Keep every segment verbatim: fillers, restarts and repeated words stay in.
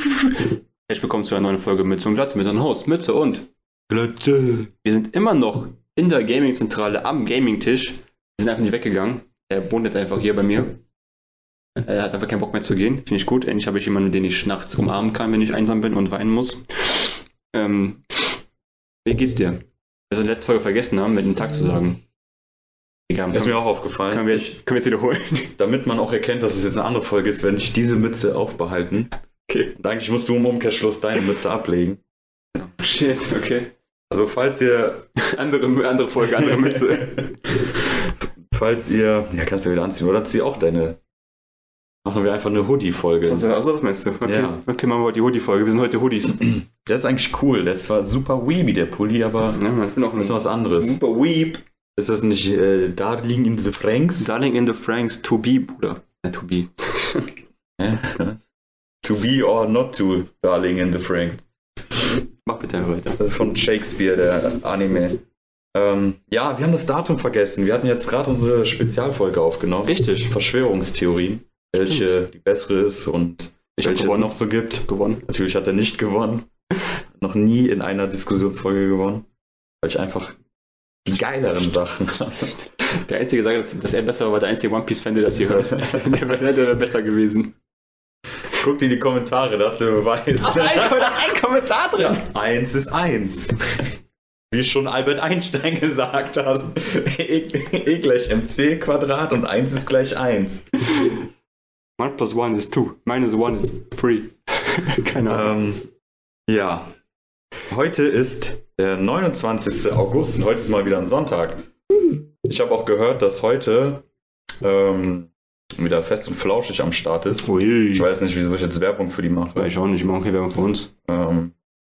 Herzlich willkommen zu einer neuen Folge Mütze und Glatze mit einem Host, Mütze und Glatze. Wir sind immer noch in der Gaming-Zentrale am Gaming-Tisch. Wir sind einfach nicht weggegangen. Er wohnt jetzt einfach hier bei mir. Er hat einfach keinen Bock mehr zu gehen. Finde ich gut. Endlich habe ich jemanden, den ich nachts umarmen kann, wenn ich einsam bin und weinen muss. Ähm, wie geht's dir? Wir sind letzte Folge vergessen haben, mit dem Tag zu sagen. Egal, ist mir auch aufgefallen. Können wir, jetzt, können wir jetzt wiederholen? Damit man auch erkennt, dass es jetzt eine andere Folge ist, werde ich diese Mütze aufbehalten. Okay. Und eigentlich musst du im Umkehrschluss deine Mütze ablegen. Shit, okay. Also falls ihr... andere, andere Folge, andere Mütze. Falls ihr... Ja, kannst du wieder anziehen. Oder zieh auch deine... Machen wir einfach eine Hoodie-Folge. Also, also was meinst du? Okay, ja. Okay, machen wir heute die Hoodie-Folge. Wir sind heute Hoodies. Der ist eigentlich cool. Der ist zwar super weeby, der Pulli, aber ja, ich bin auch ein ist was anderes. Super weeb. Ist das nicht äh, Darling in the Franks? Darling in the Franks, to be, Bruder. Ja, to be. To be or not to, Darling in the Franks. Mach bitte weiter. Das ist von Shakespeare, der Anime. Ähm, ja, wir haben das Datum vergessen. Wir hatten jetzt gerade unsere Spezialfolge aufgenommen. Richtig. Verschwörungstheorien. Welche Stimmt. die bessere ist und ich welche es noch so gibt. Gewonnen. Natürlich hat er nicht gewonnen. Noch nie in einer Diskussionsfolge gewonnen. Weil ich einfach die geileren Sachen habe. Der Einzige, der sagt, dass, dass er besser war, war der einzige One Piece-Fan, der das hier hört. Der wäre wär besser gewesen. Guck dir die Kommentare, da hast du Beweis. Ach, ein, ein Kommentar drin. Ja, eins ist eins. Wie schon Albert Einstein gesagt hat. E, e gleich mc Quadrat und eins ist gleich eins. one plus one is two. Minus one is three. Keine Ahnung. Ähm, ja. Heute ist der neunundzwanzigster August und heute ist mal wieder ein Sonntag. Ich habe auch gehört, dass heute ähm, wieder fest und flauschig am Start ist. Ui. Ich weiß nicht, wieso ich jetzt Werbung für die mache. Weiß ich auch nicht, ich mache keine Werbung für uns. Ähm,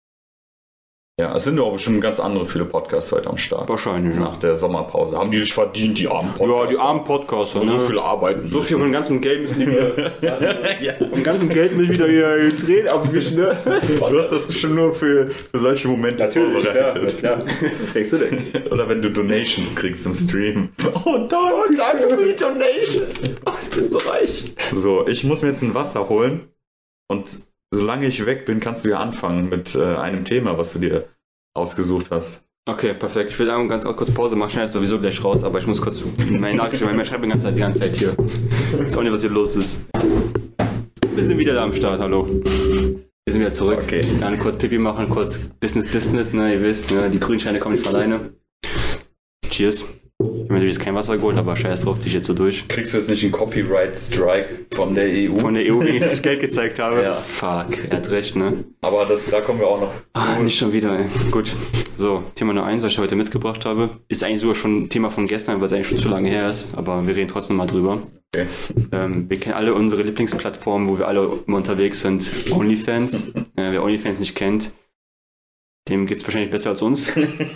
ja, es sind ja auch bestimmt ganz andere viele Podcasts heute am Start. Wahrscheinlich, Nach ja. der Sommerpause. Haben die sich verdient, die armen Podcaster? Ja, die armen Podcaster. Ne? So viel arbeiten. So viel von ganzem Geld müssen die wieder... ja. Von ganzem Geld müssen wieder hier drehen, abwischen, ne? Du hast das schon nur für, für solche Momente Natürlich, vorbereitet. klar, klar. Was denkst du denn? Oder wenn du Donations kriegst im Stream. Oh, danke, oh, danke für die Donation. Oh, ich bin so reich. So, ich muss mir jetzt ein Wasser holen. Und solange ich weg bin, kannst du ja anfangen mit äh, einem Thema, was du dir ausgesucht hast. Okay, perfekt. Ich will einmal ganz kurz Pause machen. Schnell ist sowieso gleich raus, aber ich muss kurz meine Nachricht schreiben, weil ich schreibe die ganze Zeit, die ganze Zeit hier. Ich weiß auch nicht, was hier los ist. Wir sind wieder da am Start, hallo. Wir sind wieder zurück. Okay. Dann kurz Pipi machen, kurz Business, Business, ne, ihr wisst, ne, die Grünscheine kommen nicht von alleine. Cheers. Ich habe natürlich jetzt kein Wasser geholt, aber scheiß drauf, zieh ich jetzt so durch. Kriegst du jetzt nicht einen Copyright-Strike von der E U? Von der E U, wenn ich Geld gezeigt habe? Ja. Fuck, er hat recht, ne? Aber das, da kommen wir auch noch zu. Ah, nicht schon wieder, ey. Gut. So, Thema Nummer eins, was ich heute mitgebracht habe, ist eigentlich sogar schon ein Thema von gestern, weil es eigentlich schon zu lange her ist, aber wir reden trotzdem mal drüber. Okay. Ähm, wir kennen alle unsere Lieblingsplattformen, wo wir alle immer unterwegs sind. OnlyFans. äh, wer OnlyFans nicht kennt, dem geht es wahrscheinlich besser als uns.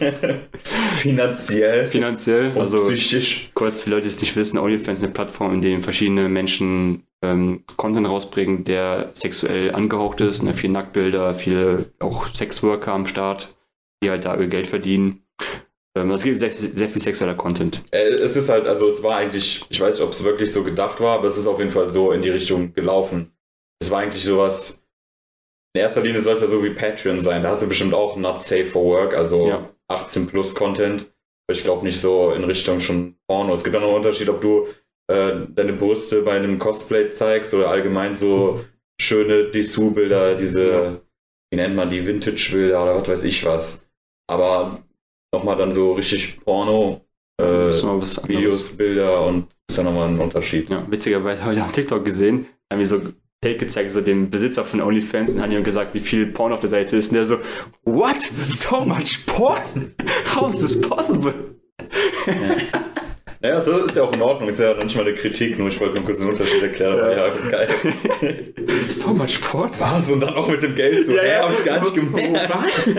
Finanziell. Finanziell. Und Also psychisch. kurz für Leute, die es nicht wissen, OnlyFans ist eine Plattform, in der verschiedene Menschen ähm, Content rausbringen, der sexuell angehaucht ist. Ne? Viele Nacktbilder, viele auch Sexworker am Start, die halt da ihr Geld verdienen. Ähm, es gibt sehr, sehr viel sexueller Content. Äh, es ist halt, also es war eigentlich, ich weiß nicht, ob es wirklich so gedacht war, aber es ist auf jeden Fall so in die Richtung gelaufen. Es war eigentlich sowas. In erster Linie soll es ja so wie Patreon sein. Da hast du bestimmt auch Not Safe for Work, also Ja. achtzehn plus Content. Ich glaube nicht so in Richtung schon Porno. Es gibt auch noch einen Unterschied, ob du äh, deine Brüste bei einem Cosplay zeigst oder allgemein so schöne Dessous-Bilder, diese, Ja. wie nennt man die, Vintage-Bilder oder was weiß ich was. Aber nochmal dann so richtig Porno, äh, Das ist mal was anderes. Videos, Bilder und das ist ja nochmal ein Unterschied. Ja, witzigerweise habe ich auf TikTok gesehen, haben wir so Bild gezeigt, so dem Besitzer von OnlyFans, und haben ihm gesagt, wie viel Porn auf der Seite ist. Und der so, what? So much porn? How is this possible? Ja. Naja, so ist ja auch in Ordnung. Ist ja noch nicht mal eine Kritik, nur ich wollte nur kurz den Unterschied erklären. Aber ja, geil. So much porn? Was? Und dann auch mit dem Geld so, Ja, hä, ja. hab ich gar nicht gemerkt.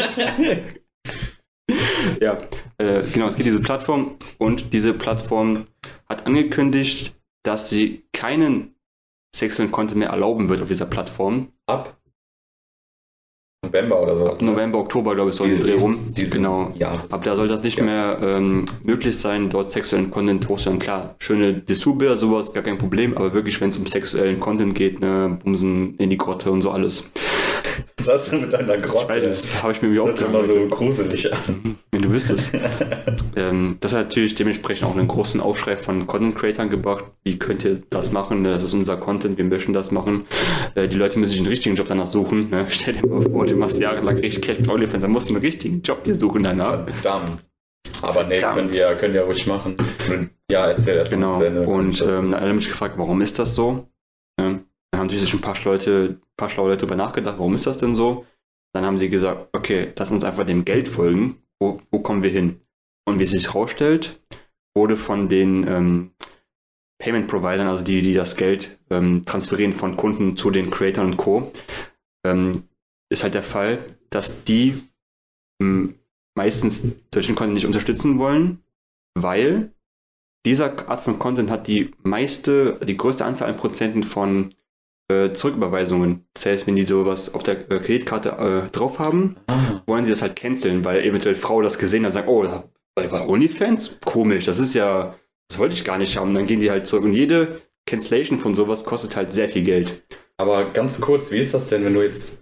Ja, äh, genau, es gibt diese Plattform, und diese Plattform hat angekündigt, dass sie keinen sexuellen Content mehr erlauben wird auf dieser Plattform. Ab November oder so. Ab November, Oktober, glaube ich, soll die Dreh rum. Dieses, Genau. Ja, Ab da soll das nicht ja. mehr ähm, möglich sein, dort sexuellen Content hochzuladen. Klar, schöne Dessous-Bilder, sowas, gar kein Problem, aber wirklich, wenn es um sexuellen Content geht, ne, Bumsen in die Grotte und so alles. Was hast du mit deiner Grotte? Ich weiß, das habe ich mir irgendwie Das hört aufgeschrieben. immer so gruselig an. Wenn du wüsstest. ähm, das hat natürlich dementsprechend auch einen großen Aufschrei von Content-Creatern gebracht. Wie könnt ihr das machen? Das ist unser Content, wir möchten das machen. Äh, die Leute müssen sich einen richtigen Job danach suchen. Ne? Stell dir mal vor, du machst jahrelang richtig Cash für OnlyFans, dann musst du einen richtigen Job dir suchen danach. Verdammt. Aber nee, Verdammt. können die ja, können die ja ruhig machen. Ja, erzähl erst Genau. mal. Genau. Und ähm, alle haben mich gefragt, warum ist das so? Ja. Dann haben natürlich ein paar Leute, ein paar schlaue Leute darüber nachgedacht, warum ist das denn so? Dann haben sie gesagt, okay, lass uns einfach dem Geld folgen. Wo, wo kommen wir hin? Und wie es sich herausstellt, wurde von den ähm, Payment-Providern, also die, die das Geld ähm, transferieren von Kunden zu den Creators und Co., ähm, ist halt der Fall, dass die ähm, meistens solchen Content nicht unterstützen wollen, weil dieser Art von Content hat die meiste, die größte Anzahl an Prozenten von äh, Zurücküberweisungen. Das heißt, wenn die sowas auf der äh, Kreditkarte äh, drauf haben, Ah. wollen sie das halt canceln, weil eventuell Frau das gesehen hat und sagt, oh, das war OnlyFans? Komisch, das ist ja, das wollte ich gar nicht haben. Und dann gehen die halt zurück und jede Cancellation von sowas kostet halt sehr viel Geld. Aber ganz kurz, wie ist das denn, wenn du jetzt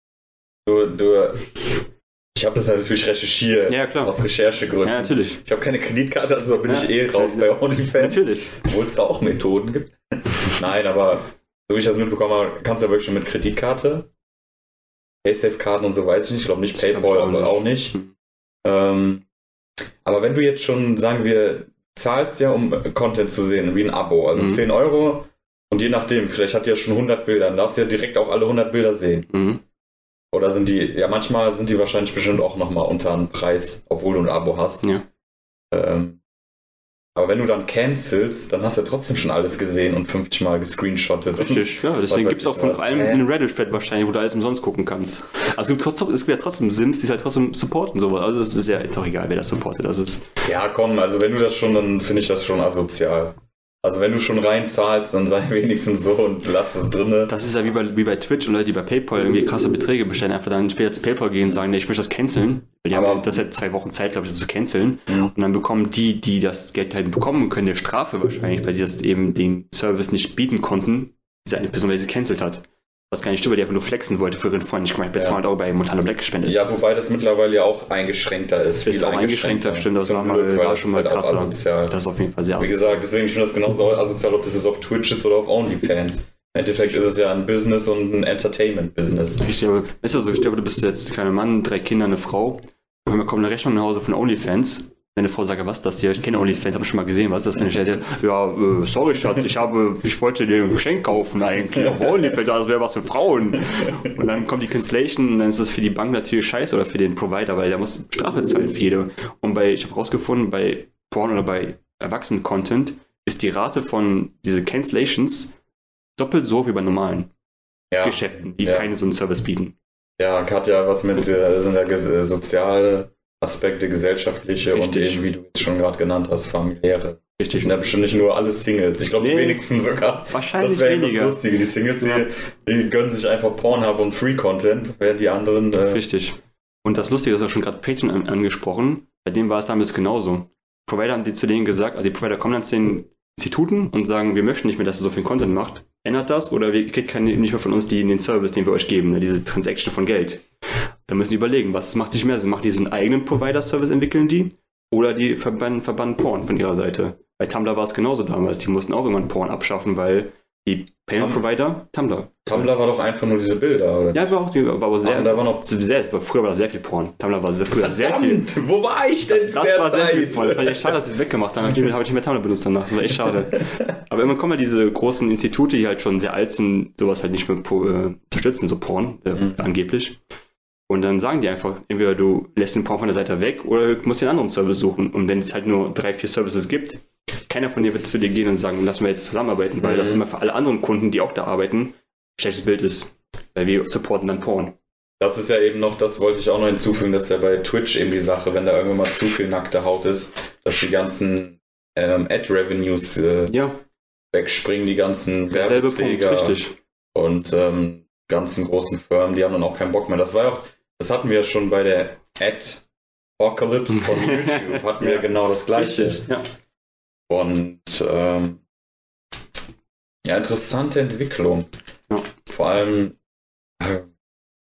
du, du ich habe das ja natürlich recherchiert, Ja, klar. aus Recherchegründen. Ja, natürlich. Ich habe keine Kreditkarte, also bin Ja. ich eh raus bei OnlyFans. Natürlich. Obwohl es da auch Methoden gibt. Nein, aber so wie ich das mitbekommen habe, kannst du ja wirklich schon mit Kreditkarte, Paysafe-Karten und so, weiß ich nicht, ich glaube nicht Das glaub ich PayPal, auch aber nicht. auch nicht. Hm. Ähm, aber wenn du jetzt schon, sagen wir, zahlst ja, um Content zu sehen, wie ein Abo, also Mhm. zehn Euro und je nachdem, vielleicht hat die ja schon hundert Bilder, dann darfst du ja direkt auch alle hundert Bilder sehen. Mhm. Oder sind die, ja manchmal sind die wahrscheinlich bestimmt auch nochmal unter einem Preis, obwohl du ein Abo hast. Ja. Ähm, aber wenn du dann cancelst, dann hast du ja trotzdem schon alles gesehen und fünfzig Mal gescreenshottet. Richtig, ja, deswegen weiß gibt es auch ich von was. allem Äh. einen Reddit-Thread wahrscheinlich, wo du alles umsonst gucken kannst. Also es gibt, trotzdem, es gibt ja trotzdem Sims, die halt trotzdem supporten sowas. Also es ist ja jetzt auch egal, wer das supportet. Das ist Ja, komm, also wenn du das schon, dann finde ich das schon asozial. Also wenn du schon rein zahlst, dann sei wenigstens so und lass es drinne. Das ist ja wie bei, wie bei Twitch und Leute, die bei PayPal irgendwie krasse Beträge bestellen, einfach dann später zu PayPal gehen und sagen, nee, ich möchte das canceln. Weil die Aber- haben das ja zwei Wochen Zeit, glaube ich, das zu canceln. Mhm. Und dann bekommen die, die das Geld halt bekommen, können eine Strafe wahrscheinlich, weil sie das eben den Service nicht bieten konnten, diese eine Person, weil sie cancelt hat. Was gar nicht stimmt, weil die einfach nur flexen wollte für ihren Freund. Ich meine, ich habe Ja. zweihundert Euro bei Montana Black gespendet. Ja, wobei das mittlerweile ja auch eingeschränkter ist. Ist viel auch eingeschränkter, stimmt, das Zum war mal- Glück, weil war das schon ist mal halt auch krasser. asozial. Das ist auf jeden Fall sehr Wie gesagt, deswegen ich finde das genauso asozial, ob das jetzt auf Twitch ist oder auf OnlyFans. Im Endeffekt ist es ja ein Business und ein Entertainment-Business. Richtig, aber weißt du, also ich glaube, du bist jetzt kein Mann, drei Kinder, eine Frau. Und wenn man kommt eine Rechnung nach Hause von OnlyFans, wenn eine Frau sagt, was ist das hier? Ich kenne OnlyFans, habe ich schon mal gesehen, was ist das? Wenn ich hätte, ja, äh, sorry Schatz, ich habe, ich wollte dir ein Geschenk kaufen eigentlich auf OnlyFans, das wäre was für Frauen. Und dann kommt die Cancellation und dann ist das für die Bank natürlich scheiße oder für den Provider, weil der muss Strafe zahlen für jede. Und bei, ich habe rausgefunden, bei Porn oder bei Erwachsenen-Content ist die Rate von diese Cancellations doppelt so wie bei normalen Ja, Geschäften, die ja. keine so einen Service bieten. ja, hat ja was mit äh, sind ja ges- äh, soziale Aspekte, gesellschaftliche und Richtig. eben, wie du jetzt schon gerade genannt hast, familiäre. Die Richtig. sind ja bestimmt nicht nur alle Singles. Ich glaube, die Nee. wenigsten sogar. Wahrscheinlich Das wäre eben weniger. das Lustige. Die Singles, Ja. die, die gönnen sich einfach Pornhub und Free-Content, während die anderen... Äh, Richtig. Und das Lustige ist auch schon gerade Patreon an, angesprochen. Bei dem war es damals genauso. Provider haben die zu denen gesagt, also die Provider kommen dann zu den Instituten und sagen, wir möchten nicht mehr, dass ihr so viel Content macht. Ändert das oder wir kriegt keine, nicht mehr von uns die, den Service, den wir euch geben, ne, diese Transaction von Geld. Da müssen die überlegen, was macht sich mehr Sinn? Machen die diesen eigenen Provider-Service, entwickeln die? Oder die verbannen, verbannen Porn von ihrer Seite? Bei Tumblr war es genauso damals. Die mussten auch irgendwann Porn abschaffen, weil die Payment-Provider, Tumblr. Tumblr war doch einfach nur diese Bilder, oder? Ja, war auch, die, war aber sehr, Ach, und da war noch... sehr, früher war da sehr viel Porn. Tumblr war sehr, früher sehr viel. Verdammt, wo war ich denn Das, zu das der war sehr viel Zeit? Porn. Das war echt schade, dass sie es weggemacht haben. Nachdem habe ich nicht mehr Tumblr benutzt danach. Das war echt schade. Aber immer kommen ja diese großen Institute, die halt schon sehr alt sind, sowas halt nicht mehr pro, äh, unterstützen, so Porn, äh, Mhm. angeblich. Und dann sagen die einfach, entweder du lässt den Porn von der Seite weg oder du musst den anderen Service suchen. Und wenn es halt nur drei, vier Services gibt, keiner von denen wird zu dir gehen und sagen, lassen wir jetzt zusammenarbeiten, weil Mhm. das immer für alle anderen Kunden, die auch da arbeiten, ein schlechtes Bild ist. Weil wir supporten dann Porn. Das ist ja eben noch, das wollte ich auch noch hinzufügen, dass ja bei Twitch eben die Sache, wenn da irgendwann mal zu viel nackte Haut ist, dass die ganzen ähm, Ad-Revenues äh, Ja, wegspringen, die ganzen derselbe Punkt, Werbeträger richtig. und ähm, ganzen großen Firmen, die haben dann auch keinen Bock mehr. Das war ja auch, das hatten wir schon bei der Ad-Apocalypse von YouTube, hatten wir Ja. genau das Gleiche. Richtig, ja. Und ähm, ja, interessante Entwicklung. Ja. Vor allem, äh,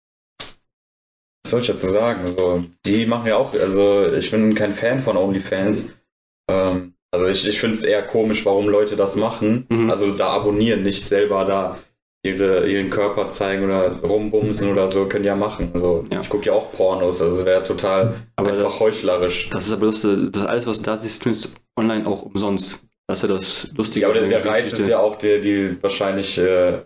was soll ich dazu sagen? Also, die machen ja auch, also ich bin kein Fan von OnlyFans. Ähm, also ich, ich finde es eher komisch, warum Leute das machen. Mhm. Also da abonnieren, nicht selber da ihre, ihren Körper zeigen oder rumbumsen oder so, können ja machen. Also Ja. ich gucke ja auch Pornos, also es wäre total Aber einfach das- heuchlerisch. Das ist aber lustig, das alles, was du da siehst, findest du online auch umsonst. Das ist ja das Lustige. Ja, aber der, an der ganzen Reiz Geschichte. ist ja auch der, die wahrscheinlich, äh,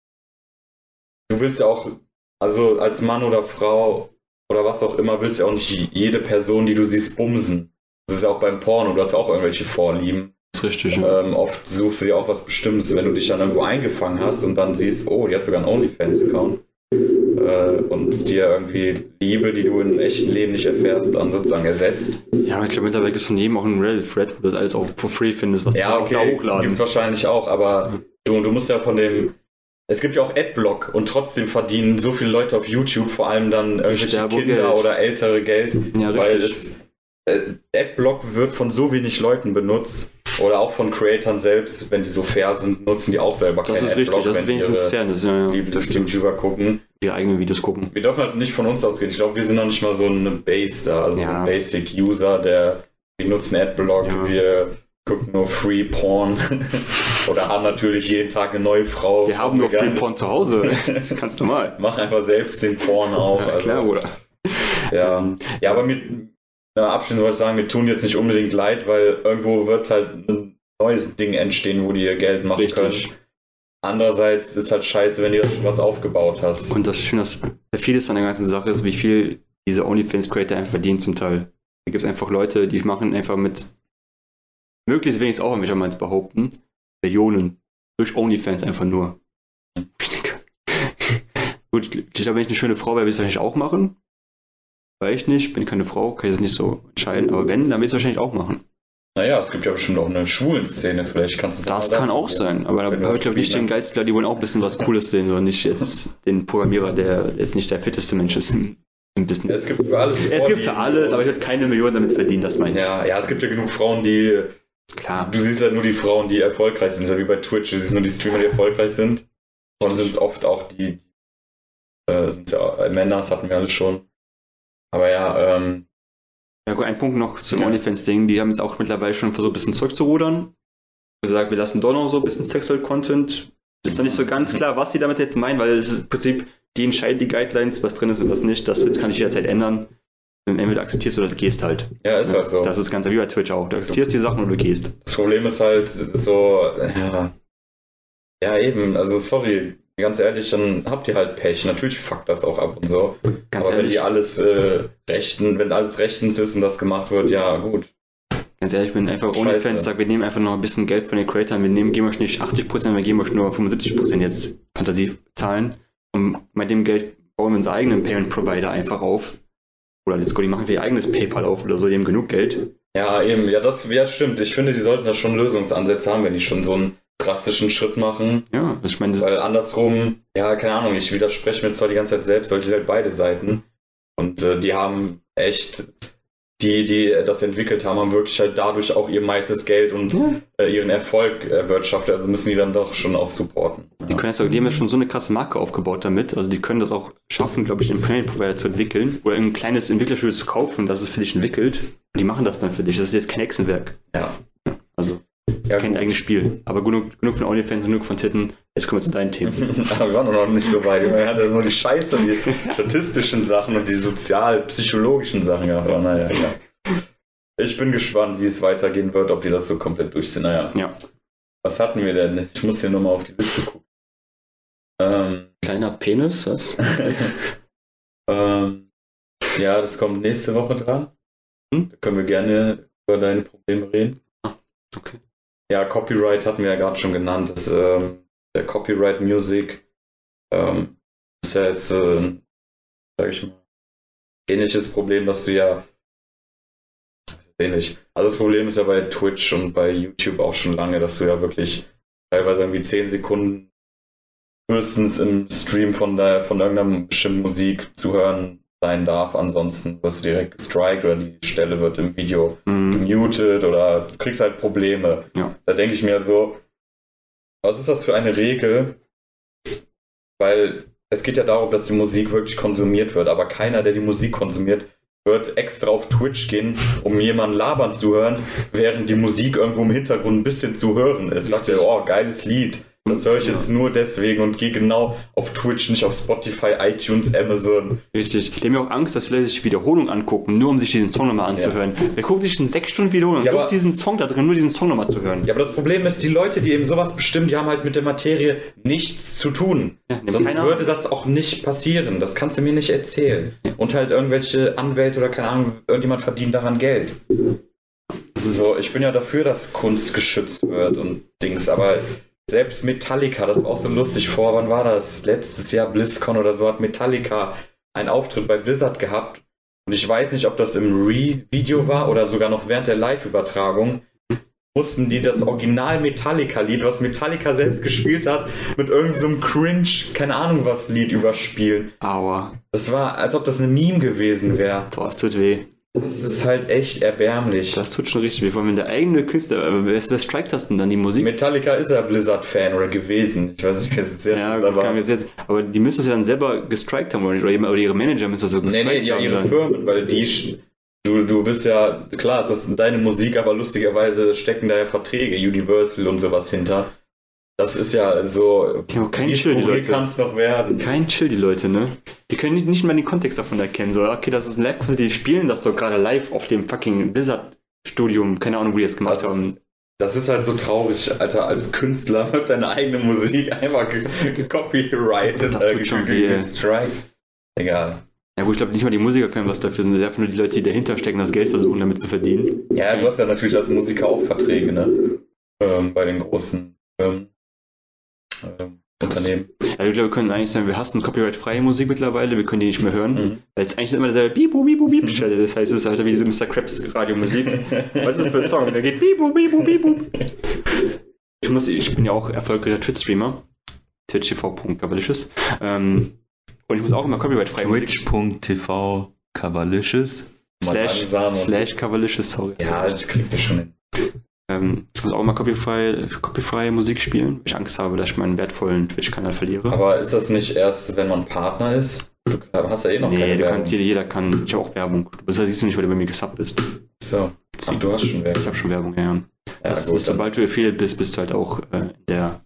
du willst ja auch, also als Mann oder Frau oder was auch immer, willst du ja auch nicht jede Person, die du siehst, bumsen. Das ist ja auch beim Porno, du hast ja auch irgendwelche Vorlieben. Das ist richtig, ja. Ähm, oft suchst du dir auch was Bestimmtes, wenn du dich dann irgendwo eingefangen hast und dann siehst, oh, die hat sogar einen OnlyFans-Account. Äh, und dir irgendwie Liebe, die du im echten Leben nicht erfährst, dann sozusagen ersetzt. Ja, aber ich glaube, mittlerweile gibt es von jedem auch einen Reddit-Thread, wo du das alles auch for free findest, was Ja, die auch da okay, hochladen. gibt es wahrscheinlich auch, aber du, du musst ja von dem. Es gibt ja auch Adblock und trotzdem verdienen so viele Leute auf YouTube, vor allem dann irgendwelche Werbung Kinder Geld. oder ältere Geld, Ja, weil richtig. es. Äh, Adblock wird von so wenig Leuten benutzt oder auch von Creatern selbst, wenn die so fair sind, nutzen die auch selber Das kein ist Adblock, richtig, das ist wenn wenigstens ihre Fairness, ja, ja. Das stimmt. Lieblings-YouTuber gucken. Die eigenen Videos gucken. Wir dürfen halt nicht von uns ausgehen. Ich glaube, wir sind noch nicht mal so eine Base da, also so Ja. ein Basic-User, der wir nutzen Adblock, Ja. wir gucken nur Free Porn oder haben natürlich jeden Tag eine neue Frau. Wir haben nur Free Gegangen. Porn zu Hause. Ganz normal. Mach einfach selbst den Porn auch. Ja, klar, also, Bruder. ja. ja, aber mit na, abschließend wollte ich sagen, mir tun jetzt nicht unbedingt leid, weil irgendwo wird halt ein neues Ding entstehen, wo die ihr Geld machen Richtig. können. Andererseits ist halt scheiße, wenn du da schon was aufgebaut hast. Und das, ich finde, das vieles an der ganzen Sache ist, wie viel diese OnlyFans-Creator einfach verdienen zum Teil. Da gibt es einfach Leute, die machen einfach mit möglichst wenig Aufwand, wenn ich mal behaupten, Millionen durch OnlyFans einfach nur. Ich denke, gut, ich glaube, wenn ich eine schöne Frau wäre, würde ich es wahrscheinlich auch machen. Weil ich nicht, bin keine Frau, kann ich das nicht so entscheiden. Aber wenn, dann will ich es wahrscheinlich auch machen. Naja, es gibt ja bestimmt auch eine Schwulen-Szene, vielleicht kannst du es Das mal kann da auch probieren. sein, aber da Wenn du habe was ich glaube nicht gegen den hast. Geist, klar, die wollen auch ein bisschen was Cooles sehen, sondern nicht jetzt den Programmierer, der, der ist nicht der fitteste Mensch ist im, im Business. Es gibt für alles. Es gibt Vorlieben für alles, und- aber ich würde keine Million damit verdienen, das meine ich. Ja, ja, es gibt ja genug Frauen, die. Klar. Du siehst ja nur die Frauen, die erfolgreich sind, das ist ja wie bei Twitch. Du siehst nur die Streamer, die erfolgreich sind. Und sind es oft auch die. Äh, sind ja äh, Männer, das hatten wir alle schon. Aber ja, ähm. Ja gut, ein Punkt noch zum Ja. OnlyFans-Ding, die haben jetzt auch mittlerweile schon versucht, ein bisschen zurückzurudern. Gesagt, wir lassen doch noch so ein bisschen Sexual Content. Ist noch nicht so ganz klar, was sie damit jetzt meinen, weil es ist im Prinzip, die entscheiden die Guidelines, was drin ist und was nicht. Das wird- kann ich jederzeit ändern. Entweder akzeptierst du oder du gehst halt. Ja, ist halt so. Das ist ganz wie bei Twitch auch. Du akzeptierst die Sachen oder du gehst. Das Problem ist halt so, ja, ja eben, also sorry, ganz ehrlich, dann habt ihr halt Pech. Natürlich fuckt das auch ab und so. Ganz Aber wenn ehrlich, die alles äh, rechten, wenn alles rechtens ist und das gemacht wird, ja gut. ganz ehrlich, wenn einfach Scheiße. OnlyFans sagt, wir nehmen einfach noch ein bisschen Geld von den Creatoren, wir nehmen, geben euch nicht achtzig Prozent, wir geben euch nur fünfundsiebzig Prozent jetzt Fantasie zahlen. Und mit dem Geld bauen wir unseren eigenen Payment-Provider einfach auf. Oder Let's Go, die machen ihr eigenes PayPal auf oder so, die haben genug Geld. Ja, eben, ja, das ja, stimmt. Ich finde, die sollten da schon Lösungsansätze haben, wenn die schon so einen drastischen Schritt machen. Ja, also ich meine, das Weil ist, andersrum, ja, keine Ahnung, ich widerspreche mir zwar die ganze Zeit selbst, weil ich sehe halt beide Seiten. Und äh, die haben echt, die, die das entwickelt haben, haben wirklich halt dadurch auch ihr meistes Geld und ja, äh, ihren Erfolg erwirtschaftet. Also müssen die dann doch schon auch supporten. die können jetzt, auch- die haben ja schon so eine krasse Marke aufgebaut damit. Also die können das auch schaffen, glaube ich, den Payment-Provider zu entwickeln oder ein kleines Entwicklerstudio zu kaufen, das es für dich entwickelt. Und die machen das dann für dich. Das ist jetzt kein Hexenwerk. Ja. Also, das ist Ja, kein gut. eigenes Spiel. Aber genug, genug von OnlyFans und genug von Titten. Jetzt kommen wir zu deinen Themen. Aber wir waren noch nicht so weit. Man hatte nur die Scheiße und die statistischen Sachen und die sozial-psychologischen Sachen gehabt. Aber naja, ja. Ich bin gespannt, wie es weitergehen wird, ob die das so komplett durchziehen. Naja. Ja. Was hatten wir denn? Ich muss hier nochmal auf die Liste gucken. Ähm, Kleiner Penis, was? ähm, ja, das kommt nächste Woche dran. Hm? Da können wir gerne über deine Probleme reden. Okay. Ja, Copyright hatten wir ja gerade schon genannt. Das, ähm, der Copyright Music ähm, ist ja jetzt, äh, sag ich mal, ähnliches Problem, dass du ja ähnlich. Also das Problem ist ja bei Twitch und bei YouTube auch schon lange, dass du ja wirklich teilweise irgendwie zehn Sekunden höchstens im Stream von der von irgendeiner bestimmten Musik zu hören sein darf. Ansonsten wirst du direkt gestrikt oder die Stelle wird im Video Mhm. gemutet oder du kriegst halt Probleme. Ja. Da denke ich mir so, was ist das für eine Regel? Weil es geht ja darum, dass die Musik wirklich konsumiert wird, aber keiner, der die Musik konsumiert, wird extra auf Twitch gehen, um jemanden labern zu hören, während die Musik irgendwo im Hintergrund ein bisschen zu hören ist. Sagt er, oh, geiles Lied. Das höre ich jetzt nur deswegen und gehe genau auf Twitch, nicht auf Spotify, iTunes, Amazon. Richtig. Die haben ja auch Angst, dass die Leute sich Wiederholung angucken, nur um sich diesen Song nochmal anzuhören. Ja. Wer guckt sich in sechs Stunden Wiederholung und ja, sucht diesen Song da drin, nur diesen Song nochmal zu hören. Ja, aber das Problem ist, die Leute, die eben sowas bestimmen, die haben halt mit der Materie nichts zu tun. Ja, sonst würde das auch nicht passieren. Das kannst du mir nicht erzählen. Ja. Und halt irgendwelche Anwälte oder keine Ahnung, irgendjemand verdient daran Geld. So, ich bin ja dafür, dass Kunst geschützt wird und Dings, aber selbst Metallica, das war auch so lustig vor, wann war das? Letztes Jahr BlizzCon oder so, hat Metallica einen Auftritt bei Blizzard gehabt. Und ich weiß nicht, ob das im Re-Video war oder sogar noch während der Live-Übertragung. Mussten die das Original Metallica-Lied, was Metallica selbst gespielt hat, mit irgendeinem so Cringe, keine Ahnung was Lied überspielen. Aua. Das war, als ob das eine Meme gewesen wäre. Boah, es tut weh. Das ist halt echt erbärmlich. Das tut schon richtig weh. Vor allem, wenn der eigene Künstler, aber wer, wer strikt das denn dann, die Musik? Metallica ist ja Blizzard-Fan oder gewesen. Ich weiß nicht, wer es jetzt ja, ist, aber... Jetzt, aber die müssen es ja dann selber gestrikt haben, oder nicht? Oder ihre Manager müssen das so gestrikt nee, nee, haben. Nee, ja, ihre Firmen, weil die... Du, du bist ja... Klar, es ist deine Musik, aber lustigerweise stecken da ja Verträge, Universal und sowas hinter. Das ist ja so... Die haben kein Chill, die Leute. Kann es noch werden. Kein Chill, die Leute, ne? Die können nicht, nicht mal den Kontext davon erkennen. So, okay, das ist ein Live, die spielen das doch gerade live auf dem fucking Blizzard-Studium. Keine Ahnung, wo die das gemacht das haben. Ist, das ist halt so traurig, Alter. Als Künstler wird deine eigene Musik einfach gecopyrighted. Das tut äh, schon weh. Strike. Egal. Ja gut, ich glaube nicht mal die Musiker können was dafür, sondern einfach nur die Leute, die dahinter stecken, das Geld versuchen, damit zu verdienen. Ja, du hast ja natürlich als Musiker auch Verträge, ne? Ähm, bei den großen Firmen. Ähm, Unternehmen. Ja, ich glaube, wir können eigentlich sagen, wir hassen copyright-freie Musik mittlerweile, wir können die nicht mehr hören, mhm. weil es eigentlich immer derselbe Bibu, Bibu, Bibu mhm. Stelle. Das heißt, es ist halt wie diese Mister Krabs Radiomusik. Was ist das für ein Song? Der geht Bibu, Bibu, Bibu. Ich, muss, ich bin ja auch erfolgreicher Twitch-Streamer. twitch punkt t v punkt cavalicious. Ähm, und ich muss auch immer copyright-freie Musik. twitch punkt t v cavalicious. Slash, slash cavalicious, sorry. Ja, das kriegt ihr schon hin. Ähm, ich muss auch immer copyfreie, copyfreie Musik spielen, weil ich Angst habe, dass ich meinen wertvollen Twitch-Kanal verliere. Aber ist das nicht erst, wenn man Partner ist? Du hast ja eh noch nee, keine du Werbung. Kannst, jeder, jeder kann, ich habe auch Werbung. Du bist, siehst du nicht, weil du bei mir gesubbt bist. So, ach, du hast schon Werbung. Ich habe schon Werbung, ja. ja das gut, ist, sobald du affiliate bist, bist du halt auch äh, der...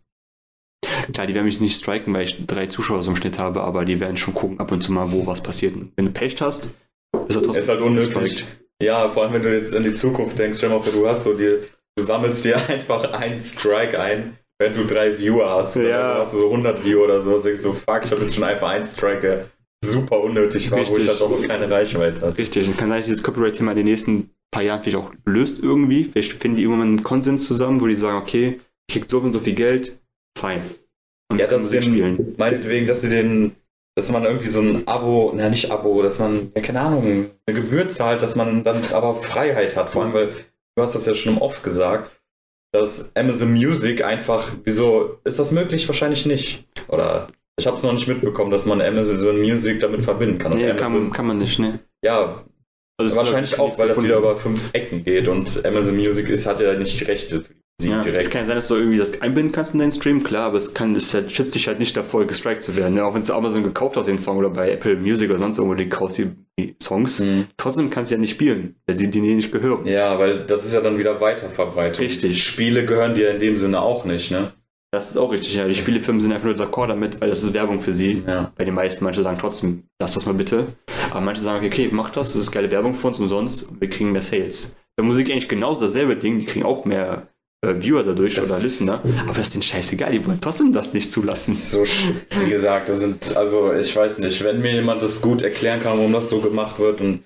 Klar, die werden mich nicht striken, weil ich drei Zuschauer so im Schnitt habe, aber die werden schon gucken ab und zu mal, wo was passiert. Wenn du Pech hast, ist halt, ist halt unnötig. Gestrikt. Ja, vor allem, wenn du jetzt in die Zukunft denkst, stell mal vor, du hast so die... Du sammelst dir einfach einen Strike ein, wenn du drei Viewer hast. Oder ja. Du hast so hundert Viewer oder so. Denkst du, fuck, ich habe jetzt schon einfach einen Strike, der super unnötig war, Richtig. wo ich halt auch noch keine Reichweite hatte. Richtig, es kann sein, dass dieses Copyright-Thema in den nächsten paar Jahren vielleicht auch löst irgendwie. Vielleicht finden die irgendwann einen Konsens zusammen, wo die sagen, okay, ich krieg so und so viel Geld, fein. Und ja, dass sie den, meinetwegen, dass sie den, dass man irgendwie so ein Abo, na nicht Abo, dass man, ja keine Ahnung, eine Gebühr zahlt, dass man dann aber Freiheit hat. Vor allem, weil du hast das ja schon oft gesagt, dass Amazon Music einfach, wieso ist das möglich? Wahrscheinlich nicht. Oder ich habe es noch nicht mitbekommen, dass man Amazon Music damit verbinden kann. Nee, Amazon, kann, kann man nicht, ne? Ja, also wahrscheinlich auch, weil das wieder über fünf Ecken geht und Amazon Music ist, hat ja nicht die Rechte für die Musik ja, direkt. Es kann ja sein, dass du irgendwie das einbinden kannst in deinen Stream, klar, aber es kann, es halt, schützt dich halt nicht davor, gestrikt zu werden. Ne? Auch wenn du Amazon gekauft hast, den Song, oder bei Apple Music oder sonst irgendwo, die kaufst die, die Songs, mhm. trotzdem kannst du ja nicht spielen, weil sie dir nicht gehören. Ja, weil das ist ja dann wieder weiterverbreitet. Richtig. Spiele gehören dir in dem Sinne auch nicht, ne? Das ist auch richtig, ja. Die Spielefirmen sind einfach nur d'accord damit, weil das ist Werbung für sie. Ja. Bei den meisten, manche sagen trotzdem, lass das mal bitte. Aber manche sagen, okay, mach das, das ist geile Werbung für uns umsonst und wir kriegen mehr Sales. Bei Musik eigentlich genauso dasselbe Ding, die kriegen auch mehr äh, Viewer dadurch das oder Listener, aber das ist denen scheißegal, die wollen trotzdem das nicht zulassen. So, wie gesagt, das sind, also ich weiß nicht, wenn mir jemand das gut erklären kann, warum das so gemacht wird und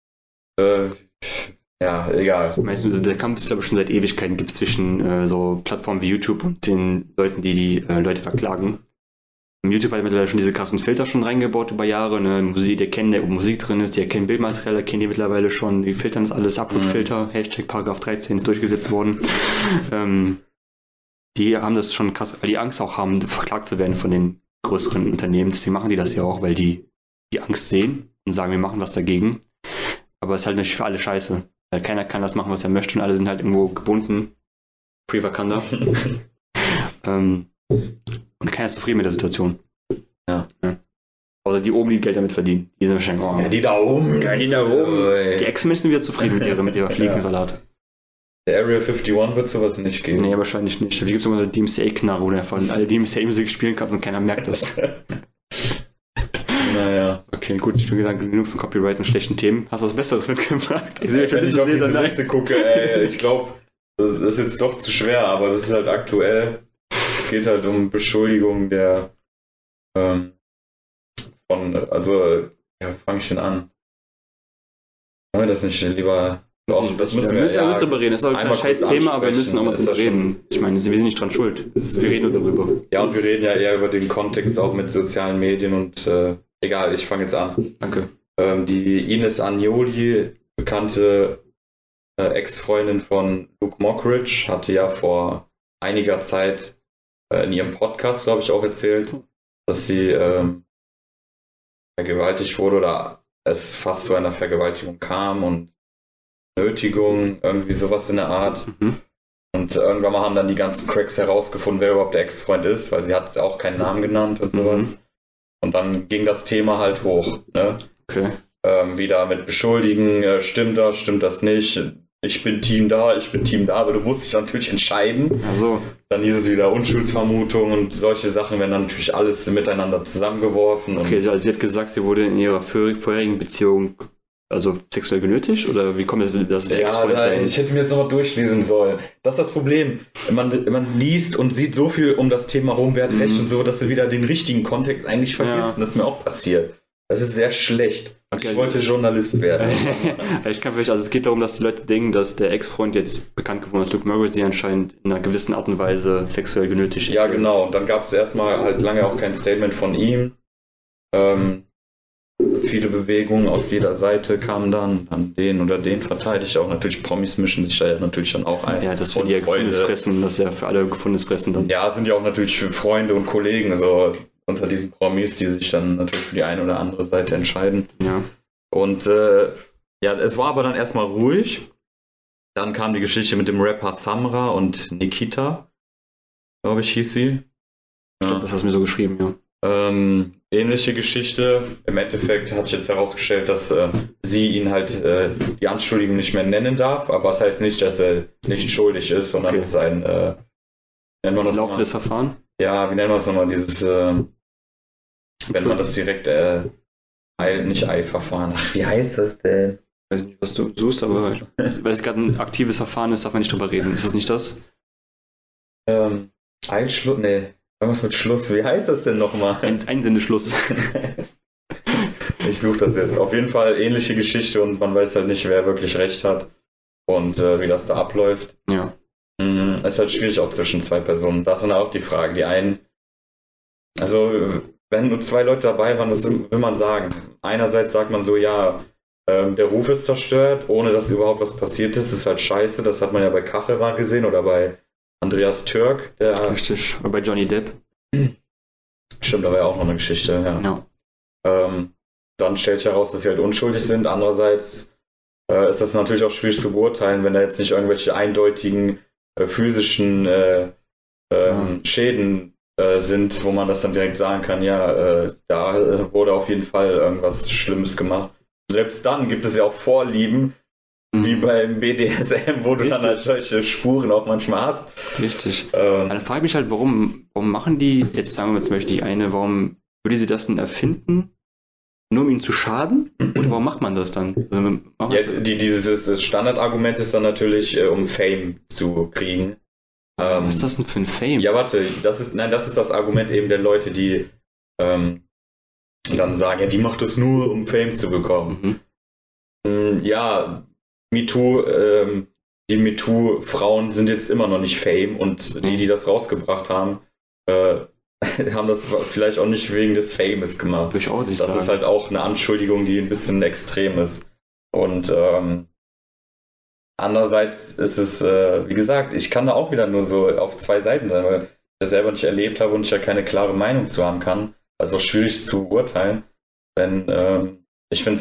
äh, ja, egal. Meistens, der Kampf ist, glaube ich, schon seit Ewigkeiten gibt zwischen äh, so Plattformen wie YouTube und den Leuten, die die äh, Leute verklagen. YouTube hat mittlerweile schon diese krassen Filter schon reingebaut über Jahre. Ne? Musik, die erkennen, der Musik drin ist, die erkennen Bildmaterial, erkennen die mittlerweile schon. Die filtern das alles, Upload-Filter, mhm. Hashtag Paragraph dreizehn ist durchgesetzt worden. ähm, die haben das schon krass, weil die Angst auch haben, verklagt zu werden von den größeren Unternehmen. Deswegen machen die das ja auch, weil die die Angst sehen und sagen, wir machen was dagegen. Aber es ist halt natürlich für alle scheiße. Weil keiner kann das machen, was er möchte und alle sind halt irgendwo gebunden. Free Wakanda. ähm, und keiner ist zufrieden mit der Situation. Ja. ja. Also die oben, die Geld damit verdienen. Die sind wahrscheinlich auch. Ja, die da oben. Ja, die da oben. Die Ex-Menschen sind wieder zufrieden mit ihrer, mit ihrer Fliegensalat. Der Area einundfünfzig wird sowas nicht geben. Nee, wahrscheinlich nicht. Wie gibt es immer so eine D M C A-Knarre, wo du einfach alle D M C A-Musik spielen kannst und keiner merkt das. Naja. Okay, gut, ich würde sagen, genug von Copyright und schlechten Themen. Hast du was Besseres mitgebracht? Ich sehe, wenn ich auf diese Liste gucke, ey, ich glaube, das ist jetzt doch zu schwer, aber das ist halt aktuell. Es geht halt um Beschuldigung der ähm, von, also, ja, wo fange ich denn an? Wollen wir das nicht lieber... Doch, das müssen wir, wir, müssen ja, wir darüber reden. Das ist auch ein scheiß Thema, aber wir müssen auch mal drüber reden. Ich meine, wir sind nicht dran schuld. Ist, wir reden nur darüber. Ja, und wir reden ja eher über den Kontext auch mit sozialen Medien und äh, egal, ich fange jetzt an. Danke. Ähm, die Ines Agnoli, bekannte äh, Ex-Freundin von Luke Mockridge, hatte ja vor einiger Zeit äh, in ihrem Podcast, glaube ich, auch erzählt, dass sie ähm, vergewaltigt wurde oder es fast zu einer Vergewaltigung kam und Nötigung, irgendwie sowas in der Art. Mhm. Und irgendwann mal haben dann die ganzen Cracks herausgefunden, wer überhaupt der Ex-Freund ist, weil sie hat auch keinen Namen genannt und sowas. Mhm. Und dann ging das Thema halt hoch. Ne? Okay. Ähm, wieder mit Beschuldigen, äh, stimmt das, stimmt das nicht? Ich bin Team da, ich bin Team da, aber du musst dich natürlich entscheiden. Ach so. Dann hieß es wieder Unschuldsvermutung und solche Sachen werden dann natürlich alles miteinander zusammengeworfen. Und okay, also sie hat gesagt, sie wurde in ihrer vorherigen Beziehung also sexuell genötigt? Oder wie kommt es, dass es der ja, Ex-Freund da, sein? ich hätte mir das nochmal durchlesen sollen. Das ist das Problem. Man, man liest und sieht so viel um das Thema rum, wer hat recht Mhm. und so, dass du wieder den richtigen Kontext eigentlich vergisst. Ja. Und das ist mir auch passiert. Das ist sehr schlecht. Okay. Ich wollte Journalist werden. ich kann vielleicht, also es geht darum, dass die Leute denken, dass der Ex-Freund jetzt bekannt geworden ist, Luke Mockridge, sie anscheinend in einer gewissen Art und Weise sexuell genötigt Ja, hätte. genau. Und dann gab es erstmal halt lange auch kein Statement von ihm. Ähm, viele Bewegungen aus jeder Seite kamen dann, an den oder den verteidigt. Auch natürlich Promis mischen sich da ja natürlich dann auch ein. Ja, das für Und die ja Freunde. gefundenes Fressen, das ist ja für alle gefundenes Fressen dann. Ja, sind ja auch natürlich für Freunde und Kollegen so unter diesen Promis, die sich dann natürlich für die eine oder andere Seite entscheiden. Ja. Und äh, ja, es war aber dann erstmal ruhig. Dann kam die Geschichte mit dem Rapper Samra und Nikita, glaube ich, hieß sie. Ich glaub, das hast du mir so geschrieben, ja. Ähm, ähnliche Geschichte. Im Endeffekt hat sich jetzt herausgestellt, dass äh, sie ihn halt äh, die Anschuldigung nicht mehr nennen darf, aber das heißt nicht, dass er nicht schuldig ist, sondern Okay. es ist ein äh, nennt man das Laufendes nochmal? Verfahren? Ja, wie nennen wir das nochmal? Dieses, äh, wenn man das direkt äh, Eil, nicht Eilverfahren. Ach, wie heißt das denn? Ich weiß nicht, was du suchst, aber weil es gerade ein aktives Verfahren ist, darf man nicht drüber reden. Ist das nicht das? Ähm, Eilschluss? Nee, irgendwas mit Schluss. Wie heißt das denn nochmal? Ein Einsendeschluss. Ich suche das jetzt. Auf jeden Fall ähnliche Geschichte und man weiß halt nicht, wer wirklich recht hat und äh, wie das da abläuft. Ja. Mhm, ist halt schwierig auch zwischen zwei Personen. Da ist dann auch die Frage. Die einen, also wenn nur zwei Leute dabei waren, was will man sagen? Einerseits sagt man so, ja, ähm, der Ruf ist zerstört, ohne dass überhaupt was passiert ist. Das ist halt scheiße. Das hat man ja bei Kachelmann gesehen oder bei Andreas Türk. Der, Richtig. Oder bei Johnny Depp. stimmt, da war ja auch noch eine Geschichte. Ja. Ja. Ähm, dann stellt sich heraus, dass sie halt unschuldig sind. Andererseits äh, ist das natürlich auch schwierig zu beurteilen, wenn da jetzt nicht irgendwelche eindeutigen äh, physischen äh, ähm, Ja. Schäden äh, sind, wo man das dann direkt sagen kann, ja, äh, da äh, wurde auf jeden Fall irgendwas Schlimmes gemacht. Selbst dann gibt es ja auch Vorlieben, wie beim B D S M, wo du dann Richtig. halt solche Spuren auch manchmal hast. Richtig. Ähm, Dann frage ich mich halt, warum, warum machen die, jetzt sagen wir mal zum Beispiel die eine, warum würde sie das denn erfinden, nur um ihnen zu schaden? Oder warum macht man das dann? Also, machen Ja, das- die, dieses das Standardargument ist dann natürlich, äh, um Fame zu kriegen. Ähm, was ist das denn für ein Fame? Ja, warte, das ist, nein, das ist das Argument eben der Leute, die ähm, dann sagen, ja, die macht das nur, um Fame zu bekommen. Mhm. Mm, Ja, MeToo, ähm, die MeToo-Frauen sind jetzt immer noch nicht Fame und die, die das rausgebracht haben, äh, haben das vielleicht auch nicht wegen des Fames gemacht. Durchaus, ich Das sagen. ist halt auch eine Anschuldigung, die ein bisschen extrem ist. Und ähm, andererseits ist es, äh, wie gesagt, ich kann da auch wieder nur so auf zwei Seiten sein, weil ich das selber nicht erlebt habe und ich ja keine klare Meinung zu haben kann. Also auch schwierig zu beurteilen. Wenn, ähm, ich finde es auch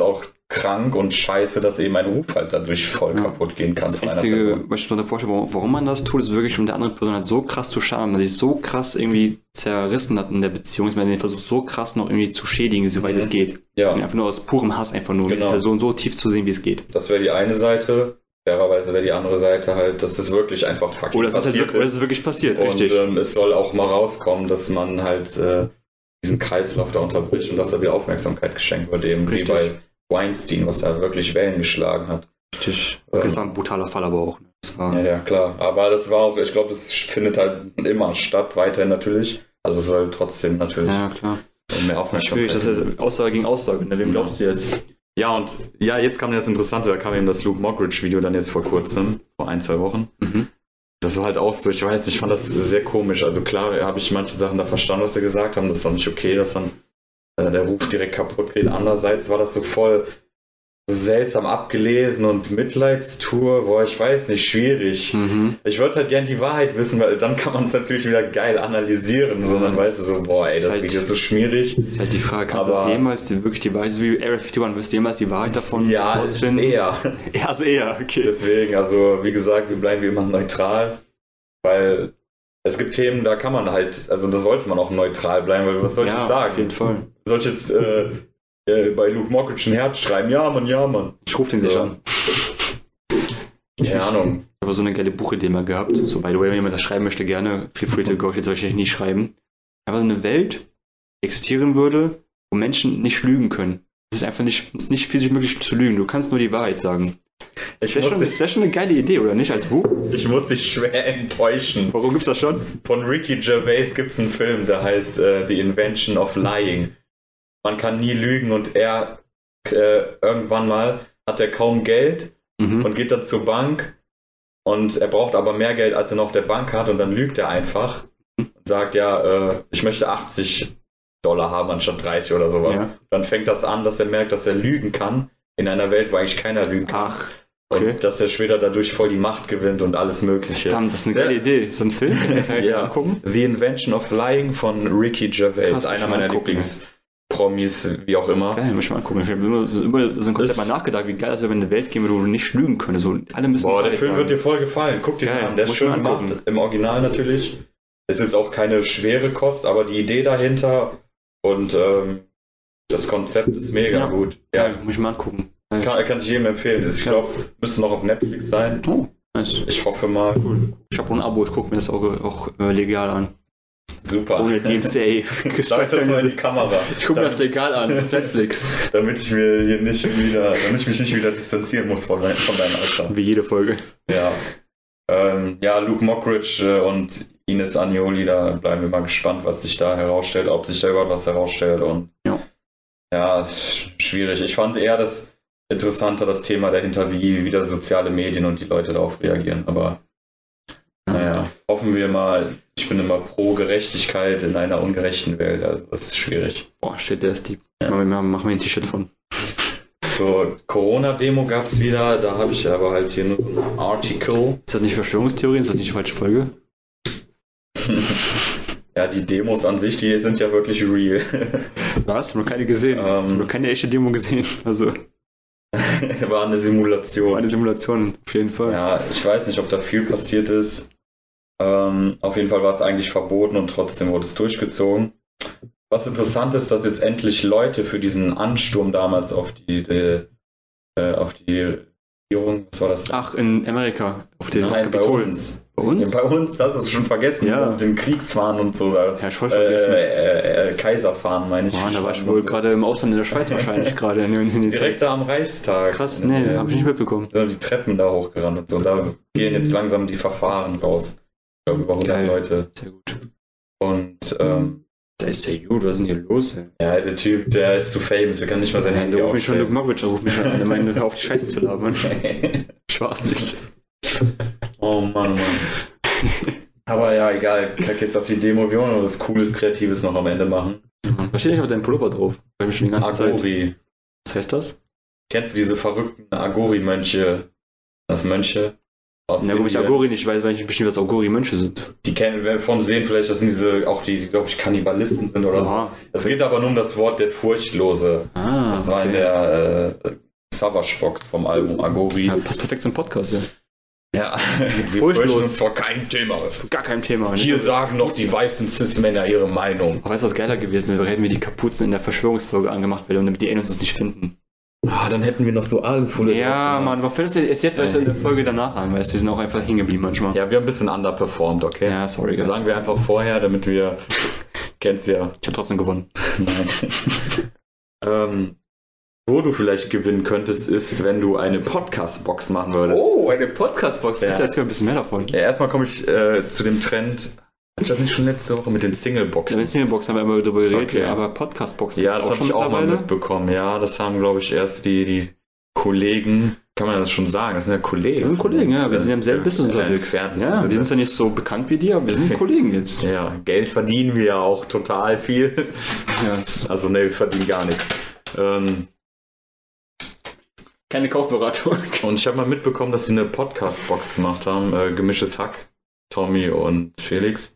krank und scheiße, dass eben ein Ruf halt dadurch voll Ja. kaputt gehen kann Das von einer Einzige, Person. was ich mir da vorstelle, warum, warum man das tut, ist wirklich, um der anderen Person halt so krass zu schaden, dass sich so krass irgendwie zerrissen hat in der Beziehung, dass man den versucht, so krass noch irgendwie zu schädigen, soweit Mhm. es geht. Ja, Und einfach nur aus purem Hass einfach nur, Genau. die Person so tief zu sehen, wie es geht. das wäre die eine Seite. Fairerweise wäre die andere Seite halt, dass das wirklich einfach fucking Oder es ist, halt passiert wirklich, oder es ist wirklich passiert, Und richtig. ähm, es soll auch mal rauskommen, dass man halt äh, diesen Kreislauf da unterbricht und dass da wieder Aufmerksamkeit geschenkt wird, eben Richtig. wie bei Weinstein, was da wirklich Wellen geschlagen hat. richtig. Ähm, Das war ein brutaler Fall aber auch. Ne? Das war, Ja, ja, klar. Aber das war auch, ich glaube, das findet halt immer statt, weiterhin natürlich. Also es soll trotzdem natürlich ja, klar. mehr Das Aufmerksamkeit. ist schwierig, das ist Aussage gegen Aussage. Ne? Wem Ja. glaubst du jetzt? Ja, und ja, jetzt kam das Interessante, da kam eben das Luke Mockridge-Video dann jetzt vor kurzem, vor ein, zwei Wochen. Mhm. Das war halt auch so, ich weiß nicht, ich fand das sehr komisch. Also klar habe ich manche Sachen da verstanden, was sie gesagt haben. Das ist auch nicht okay, dass dann äh, der Ruf direkt kaputt geht. Andererseits war das so voll seltsam abgelesen und Mitleidstour, boah, ich weiß nicht, schwierig. Mhm. Ich würde halt gern die Wahrheit wissen, weil dann kann man es natürlich wieder geil analysieren. So, dann Ja, weißt du so, boah, ey, ist das halt- Video ist so schmierig. Ist halt die Frage, kannst du Aber- das jemals die, wirklich die Wahrheit, so wie Area einundfünfzig, wirst du jemals die Wahrheit davon Ja, rausfinden? eher. Ja, also eher, okay. Deswegen, also wie gesagt, wir bleiben wie immer neutral, weil es gibt Themen, da kann man halt, also da sollte man auch neutral bleiben, weil was soll ich ja, jetzt sagen? auf jeden Fall. Soll ich jetzt äh, äh, bei Luke Mockridge ein Herz schreiben? Ja, Mann, ja, Mann. Ich rufe den nicht Ja. an. Keine Ahnung. Ich habe so eine geile Buchidee mal gehabt. So, by the way, wenn jemand das schreiben möchte, gerne, feel free to go. Ich will es wahrscheinlich nicht schreiben. Aber so eine Welt existieren würde, wo Menschen nicht lügen können. Es ist einfach nicht, es ist nicht physisch möglich zu lügen. Du kannst nur die Wahrheit sagen. Das Ich wäre muss schon, dich- das wär schon eine geile Idee, oder nicht? Als Buch? Ich muss dich schwer enttäuschen. Warum gibt's das schon? Von Ricky Gervais gibt es einen Film, der heißt äh, The Invention of Lying. Man kann nie lügen und er äh, irgendwann mal hat er kaum Geld Mhm. und geht dann zur Bank und er braucht aber mehr Geld, als er noch auf der Bank hat und dann lügt er einfach und sagt, ja, äh, ich möchte achtzig Dollar haben anstatt dreißig oder sowas. Ja. Dann fängt das an, dass er merkt, dass er lügen kann in einer Welt, wo eigentlich keiner lügen kann. Ach, okay. Und dass er später dadurch voll die Macht gewinnt und alles Mögliche. Verdammt, das ist eine Sehr- geile Idee. Ist das ein Film? Kann ich das halt Ja. angucken? The Invention of Lying von Ricky Gervais, Krass, muss einer ich mal meiner angucken, Lieblingspromis, wie auch immer. Geil, muss ich mal angucken. Ich habe immer so, über so ein Konzept Ist- mal nachgedacht, wie geil das wäre, wenn eine Welt gehen würde, wo du nicht lügen könntest. So, alle müssen Boah, der Wahrheit Film sagen. wird dir voll gefallen. Guck dir den Geil, an. Der ist muss ich schön mal gemacht. angucken. Im Original natürlich. Ist jetzt auch keine schwere Kost, aber die Idee dahinter und ähm, das Konzept ist mega Ja. gut. Geil, Ja, muss ich mal angucken. Geil. kann, kann ich jedem empfehlen. Ich Ja. glaube, müsste noch auf Netflix sein. Oh, nice. Ich hoffe mal. Cool. Ich habe auch ein Abo, ich gucke mir das auch, auch äh, legal an. Super. Ohne D M C A. Sag das mal in die Kamera. Ich gucke mir das legal an, auf Netflix. Damit ich mir hier nicht wieder, damit ich mich nicht wieder distanzieren muss von, dein, von deinem Alter. Wie jede Folge. Ja. Ähm, ja, Luke Mockridge äh, und Ines Agnoli, da bleiben wir mal gespannt, was sich da herausstellt, ob sich da überhaupt was herausstellt. Und Ja. ja, sch- schwierig. Ich fand eher das Interessante, das Thema dahinter, wie wieder soziale Medien und die Leute darauf reagieren. Aber naja, hoffen wir mal. Ich bin immer pro Gerechtigkeit in einer ungerechten Welt. Also das ist schwierig. Boah, shit, der ist deep. Ja. Machen wir machen wir ein T-Shirt von. So, Corona-Demo gab es wieder. Da habe ich aber halt hier nur so ein Artikel. Ist das nicht Verschwörungstheorie? Ist das nicht die falsche Folge? Ja, die Demos an sich, die sind ja wirklich real. Was? Ich habe noch keine gesehen. Ich habe ähm, noch keine echte Demo gesehen. Also, war eine Simulation. eine Simulation, auf jeden Fall. Ja, ich weiß nicht, ob da viel passiert ist. Ähm, auf jeden Fall war es eigentlich verboten und trotzdem wurde es durchgezogen. Was interessant ist, dass jetzt endlich Leute für diesen Ansturm damals auf die, die äh, auf die Regierung, was war das? Ach, in Amerika, auf den aufs Nein, bei Kapitol. uns. Bei uns? Ja, bei uns, hast du es schon vergessen, Ja. mit den Kriegsfahnen und so. Da, Ja, ich voll äh, vergessen. äh, äh, Kaiserfahnen, meine ich. Mann, da war ich Und wohl so. gerade im Ausland in der Schweiz wahrscheinlich gerade in, in den Direkt da am Reichstag. Krass, nee, Äh, hab ich nicht mitbekommen. sind die Treppen da hochgerannt und so. Und da gehen jetzt langsam die Verfahren raus. Ich glaube, über hundert Geil. Leute. Sehr gut. Und ähm, Da ist der gut, was ist denn hier los, ey? ja, der Typ, der ist zu famous, der kann nicht mal sein Handy Der ruft mich schon Luke aufstellen. Mockridge, der ruft mich schon an, der meint, hör auf die Scheiße zu labern. Ich war's nicht. Oh Mann, Mann. Aber ja, egal. Kack jetzt auf die Demo. Wir wollen noch was Cooles, Kreatives noch am Ende machen. Was steht eigentlich auf deinem Pullover drauf? Weil ich schon die ganze Zeit. Agori. Was heißt das? Kennst du diese verrückten Agori-Mönche? Das Mönche aus Na gut, ich Indien? Agori nicht, weil ich bestimmt, was Agori-Mönche sind. Die kennen wir vom Sehen vielleicht, das sind diese, auch die, glaube ich, Kannibalisten sind oder so. Aha. Es geht aber nur um das Wort der Furchtlose. Ah, Das war in okay. der äh, Savage-Box vom Album Agori. Ja, passt perfekt zum Podcast, ja. Ja, wir Furchtlos. fürchten uns vor kein Thema. Gar kein Thema. Hier sagen noch die weißen Cis-Männer ihre Meinung. Aber weißt du, was geiler gewesen wäre? Hätten wir die Kapuzen in der Verschwörungsfolge angemacht, weil damit die Aliens uns nicht finden. Ah, dann hätten wir noch so Alufolie. Ja, Mann, was fällt das erst jetzt weißt du, in der Folge danach an? Weißt du, wir sind auch einfach hängen geblieben manchmal. Ja, wir haben ein bisschen underperformed, okay? Ja, sorry. Das sagen wir einfach vorher, damit wir... Kennst ja. Ich habe trotzdem gewonnen. Nein. ähm, wo du vielleicht gewinnen könntest, ist, wenn du eine Podcast-Box machen würdest. Oh, eine Podcast-Box. Ja. Bitte erzähl mal ein bisschen mehr davon. Ja, erstmal komme ich äh, zu dem Trend... Ich hatte nicht schon letzte Woche mit den Ja, Single-Boxen. mit Singlebox haben wir immer drüber geredet, Okay. aber Podcast-Boxen Ja, gibt's das habe ich auch mal mittlerweile. mitbekommen. Ja, das haben, glaube ich, erst die, die Kollegen, kann man das schon sagen, das sind ja Kollegen. Wir sind Kollegen, ja, wir sind ja im selben Business Äh, unterwegs. entferntesten Ja, wir Sinne. sind zwar nicht so bekannt wie die, aber wir sind Kollegen jetzt. Ja, Geld verdienen wir ja auch total viel. Ja, das- Also ne, wir verdienen gar nichts. Ähm, Keine Kaufberatung. und ich habe mal mitbekommen, dass sie eine Podcast-Box gemacht haben, äh, Gemischtes Hack, Tommy und Felix.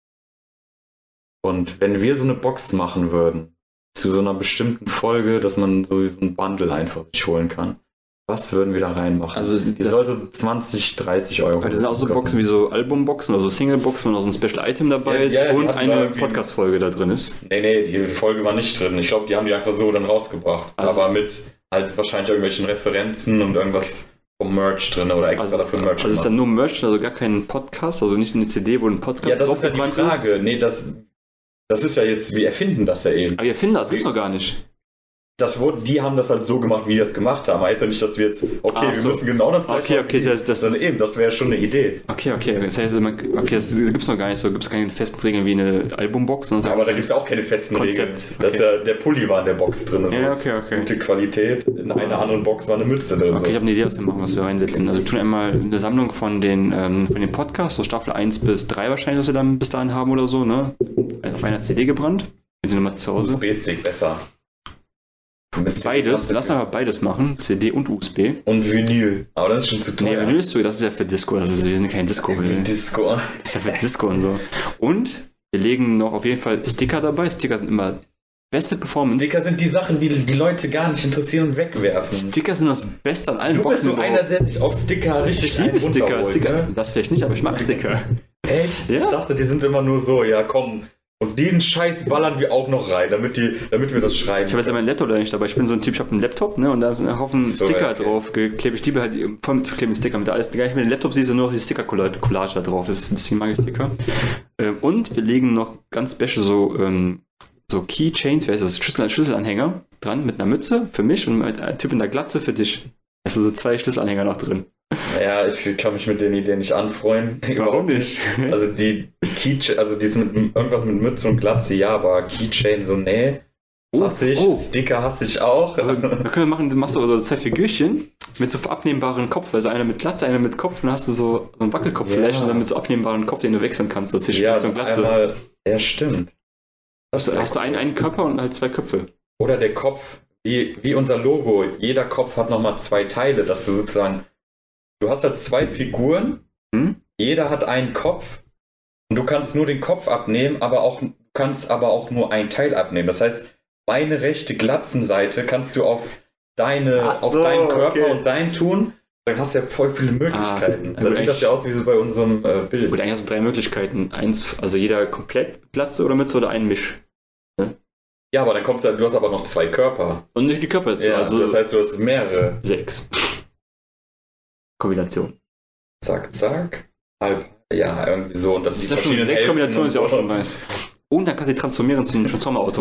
Und wenn wir so eine Box machen würden, zu so einer bestimmten Folge, dass man so ein Bundle einfach sich holen kann, was würden wir da reinmachen? Also die das- sollte zwanzig, dreißig Euro Das sind auch so kosten. Boxen wie so Albumboxen oder so Singleboxen, wo noch so ein Special-Item dabei Ja, ist ja, ja, die und hatten da eine irgendwie- Podcast-Folge da drin ist. Nee, nee, die Folge war nicht drin. Ich glaube, die haben die einfach so dann rausgebracht. Also- Aber mit halt wahrscheinlich irgendwelchen Referenzen und irgendwas vom Merch drin oder extra Also, dafür Merch also ist dann nur Merch, also gar kein Podcast, also nicht eine C D, wo ein Podcast Ja, das ist ja die draufgebrannt Frage. Nee, das, das ist ja jetzt, wir erfinden das ja eben. Aber wir finden das, gibt's noch gar nicht. Das wurde, die haben das halt so gemacht, wie die das gemacht haben. Heißt ja nicht, dass wir jetzt, okay, Ach wir so. müssen genau das gleiche Okay, machen okay, wie das- die. das Sondern ist- eben, das wäre schon eine Idee. Okay, okay, das heißt, man- okay, das gibt's noch gar nicht so, gibt's keine festen Regeln wie eine Albumbox, sondern Aber da gibt es auch keine festen Konzept, Regeln. Das ist okay. ja, der Pulli war in der Box drin. Also Ja, okay, okay. gute Qualität. In einer anderen Box war eine Mütze drin. Okay, ich habe eine Idee, was wir machen, was wir reinsetzen. Also wir tun einmal eine Sammlung von den, ähm, von den Podcasts, so Staffel eins bis drei wahrscheinlich, was wir dann bis dahin haben oder so, ne? Auf einer C D gebrannt. Mit der Nummer zu U S Hause. B-Stick besser. Mit Beides, lass aber beides machen, C D und U S B. Und Vinyl. Aber das ist schon zu Nee, teuer. Vinyl ist so, das ist ja für Disco, das ist, wir sind kein Disco. Das Disco. ist ja für Disco und so. Und wir legen noch auf jeden Fall Sticker dabei. Sticker sind immer beste Performance. Sticker sind die Sachen, die die Leute gar nicht interessieren und wegwerfen. Sticker sind das Beste an allen Du bist Boxen. so einer, der sich auf Sticker richtig ich liebe einen Sticker, runterholt, Sticker. Ne? Das vielleicht nicht, aber ich mag Sticker. Echt? Ja. Ich dachte, die sind immer nur so, ja komm. Und den Scheiß ballern wir auch noch rein, damit, die, damit wir das schreiben. Ich habe jetzt meinen Laptop da nicht dabei. Ich bin so ein Typ, ich habe einen Laptop, ne, und da sind ein Haufen So, Sticker okay. drauf geklebt. Ich liebe halt die voll zu kleben Sticker mit alles. Gar nicht mehr den Laptop siehst du nur noch die Sticker-Collage da drauf. Das ist, deswegen mag ich Sticker. Ähm, und wir legen noch ganz special so, ähm, so Keychains, wie heißt das? Schlüssel, Schlüsselanhänger dran mit einer Mütze für mich und mit einem Typ in der Glatze für dich. Da sind so zwei Schlüsselanhänger noch drin. Ja, ich kann mich mit den Ideen nicht anfreunden. Überhaupt nicht. Also die Keychain, also die ist mit irgendwas mit Mütze und Glatze, ja, aber Keychain so, nee. Hasse ich. oh. Sticker hasse ich auch. Aber Also, wir können machen, du machst so so zwei Figürchen mit so abnehmbaren Kopf. Also einer mit Glatze, einer mit Kopf, und dann hast du so, so einen Wackelkopf Ja. vielleicht und dann mit so abnehmbaren Kopf, den du wechseln kannst, so zwischen ja, Mütze und Glatze. einmal, ja, stimmt. Hast du, hast du einen, einen Körper und halt zwei Köpfe. Oder der Kopf, wie, wie unser Logo. Jeder Kopf hat nochmal zwei Teile, dass du sozusagen, du hast halt zwei Figuren, Hm? jeder hat einen Kopf und du kannst nur den Kopf abnehmen, aber auch, du kannst aber auch nur ein Teil abnehmen. Das heißt, meine rechte Glatzenseite kannst du auf deine, Ach so, auf deinen Körper okay. und dein tun. Dann hast du ja voll viele Möglichkeiten. Ah, dann aber sieht das echt- ja aus wie so bei unserem äh, Bild. Gut, eigentlich hast du drei Möglichkeiten. Eins, also jeder komplett mit Glatze oder Mütze oder ein Misch. Ja, aber dann kommst du, du hast aber noch zwei Körper. Und nicht die Körper dazu. Ja, also das heißt, du hast mehrere. sechs. Kombination. Zack, zack. Halb. Ja, irgendwie so. Und das Das ist ja schon, sechs Kombinationen ist ja auch schon nice. Und dann kannst du die transformieren zu einem Transformer-Auto.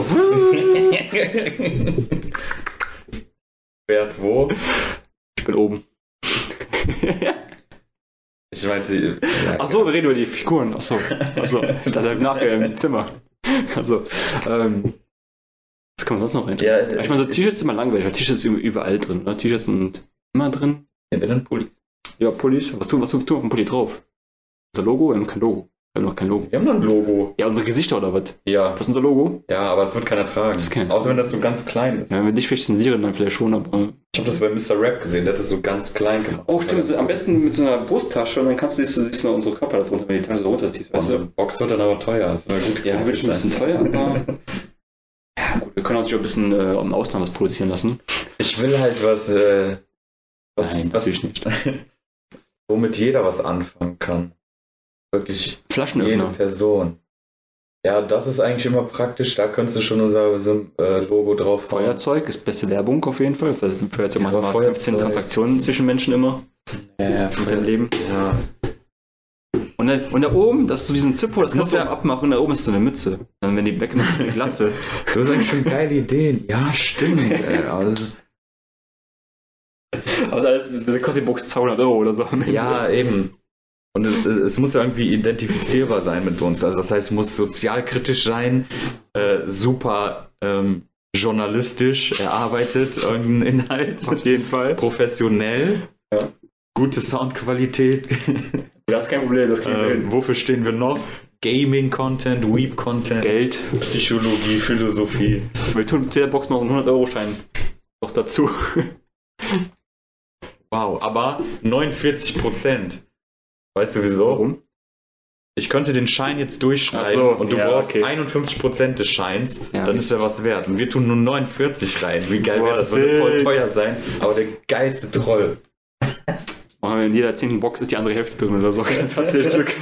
Wer ist wo? Ich bin oben. Ich meinte, ja, Achso, wir reden über die Figuren. Achso, achso. Ich dachte halt nachher im Zimmer. Also, ähm, was kann man sonst noch rein? Ja, ich meine, so T-Shirts sind immer langweilig, weil T-Shirts sind überall drin. Ne? T-Shirts sind immer drin. Ja, wenn dann Pullis. Ja, Pullis. Was tun, was tun auf dem Pulli drauf? Unser Logo? Wir haben kein Logo. Wir haben noch kein Logo. Wir haben noch ein Logo. Ja, unsere Gesichter oder was? Ja. Das ist unser Logo? Ja, aber das wird keiner tragen. Das kann Außer wenn das so ganz klein ist. Ja, wenn wir dich vielleicht zensieren, dann vielleicht schon, aber. Ich habe das bei Mister Rap gesehen, der hat das so ganz klein gemacht. Oh, stimmt. Am besten mit so einer Brusttasche und dann kannst du siehst, du siehst noch unsere Körper da drunter, wenn du die Tasche so runterziehst, weißt Unsere du? Box wird dann aber teuer. Das war gut. Ja, wird schon ein bisschen teuer, aber. Ja, gut, wir können natürlich auch ein bisschen äh, im Ausland was produzieren lassen. ich will halt was, äh, was, Nein, was natürlich nicht. womit jeder was anfangen kann. Wirklich Flaschenöffner. jede Person. Ja, das ist eigentlich immer praktisch. Da könntest du schon unser so, äh, Logo drauf haben. Feuerzeug ist beste Werbung auf jeden Fall. Das ist ein Feuerzeug, Ja, macht aber mal Feuerzeug- fünfzehn Transaktionen zwischen Menschen immer Ja, in seinem Leben. Ja. Und da, und da oben, das ist so wie so ein Zippo, das, Das musst du muss oben ja- abmachen und da oben ist so eine Mütze. Dann wenn die weg ist, eine Glatze. Du hast eigentlich schon geile Ideen. Ja, stimmt. Ey, aber das, Aber das, das kostet die Box zweihundert Euro oder so. am Ende. ja, eben. Und es, es, es muss ja irgendwie identifizierbar sein mit uns. Also das heißt, es muss sozialkritisch sein, äh, super ähm, journalistisch erarbeitet, irgendein Inhalt. Auf jeden Fall. Professionell. Ja. Gute Soundqualität. Das ist kein Problem, das kriegen wir ähm, hin. wofür stehen wir noch? Gaming-Content, Weep-Content, Geld. Psychologie, Philosophie. Wir tun zu der Box noch einen hundert Euro Schein noch dazu. Wow, aber neunundvierzig Prozent. Weißt du wieso? Warum? Ich könnte den Schein jetzt durchschneiden Ach so, und du ja, brauchst okay. einundfünfzig Prozent des Scheins, Ja. dann ist er was wert. Und wir tun nur neunundvierzig rein. Wie geil Boah, wäre das? Würde sick. voll teuer sein, aber der geilste Troll. Machen wir in jeder zehnten Box ist die andere Hälfte drin oder so. Das hast du viel Glück.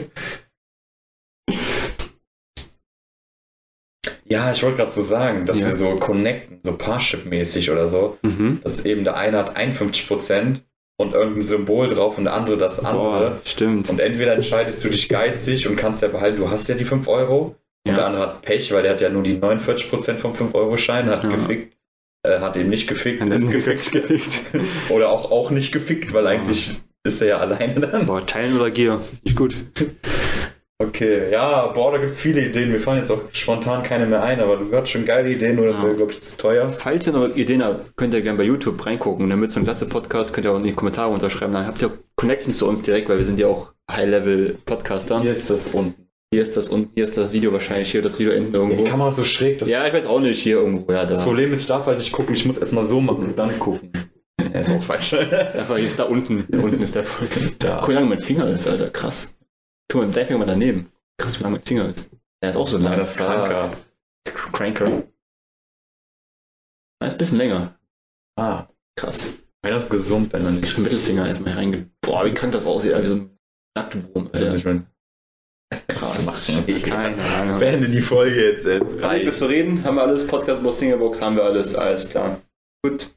Ja, ich wollte gerade so sagen, dass Ja. wir so connecten, so Parship-mäßig oder so, Mhm. dass eben der eine hat einundfünfzig Prozent und irgendein Symbol drauf und der andere das andere. Boah, stimmt. Und entweder entscheidest du dich geizig und kannst ja behalten, du hast ja die fünf Euro. Und Ja. der andere hat Pech, weil der hat ja nur die neunundvierzig Prozent vom fünf Euro Schein, hat Ja. gefickt, äh, hat eben nicht gefickt, Und ist dann gefickt. gefickt. Oder auch, auch nicht gefickt, weil eigentlich ist er ja alleine dann. Boah, teilen oder Gier. Nicht gut. Okay, ja, boah, da gibt es viele Ideen. Mir fallen jetzt auch spontan keine mehr ein, aber du hast schon geile Ideen, nur das Ja. wäre, glaube ich, zu teuer. Falls ihr noch Ideen habt, könnt ihr gerne bei YouTube reingucken. Damit so ein klasse Podcast könnt ihr auch in die Kommentare unterschreiben. Dann habt ihr auch Connections zu uns direkt, weil wir sind ja auch High-Level-Podcaster. Hier ist das unten. Hier ist das und hier ist das Video wahrscheinlich. Hier das Video enden irgendwo. Die Kamera ist so schräg. Das, Ja, ich weiß auch nicht. Hier irgendwo. Ja, das da. Problem ist, ich darf halt nicht gucken. Ich muss erstmal so machen und dann gucken. Ja, ist auch falsch. Einfach, hier ist da unten. Da unten ist der. Da. Guck, wie lang mein Finger ist, Alter. Krass. Tu mal dein Finger mal daneben. Krass, wie lang mein Finger ist. Der ist auch so lang. Nein, das ist kranker. Cranker. Das ist ein bisschen länger. Ah, Krass. meiner ist gesund, wenn er Ich nicht. den Mittelfinger erstmal hier reinge... Boah, wie krank das aussieht. Alter, wie so ein Nacktwurm. Das ist Alter. nicht mein. Krass. machen. Keine Ahnung. Beende die Folge jetzt. jetzt Haben wir nichts mehr reicht. zu reden? Haben wir alles? Podcast über Singlebox haben wir alles. Alles klar. Gut.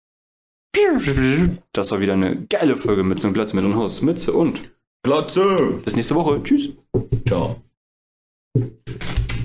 Das war wieder eine geile Folge mit so einem Glatze mit und Haus. Mütze und Glotze! bis nächste Woche. Tschüss. Ciao.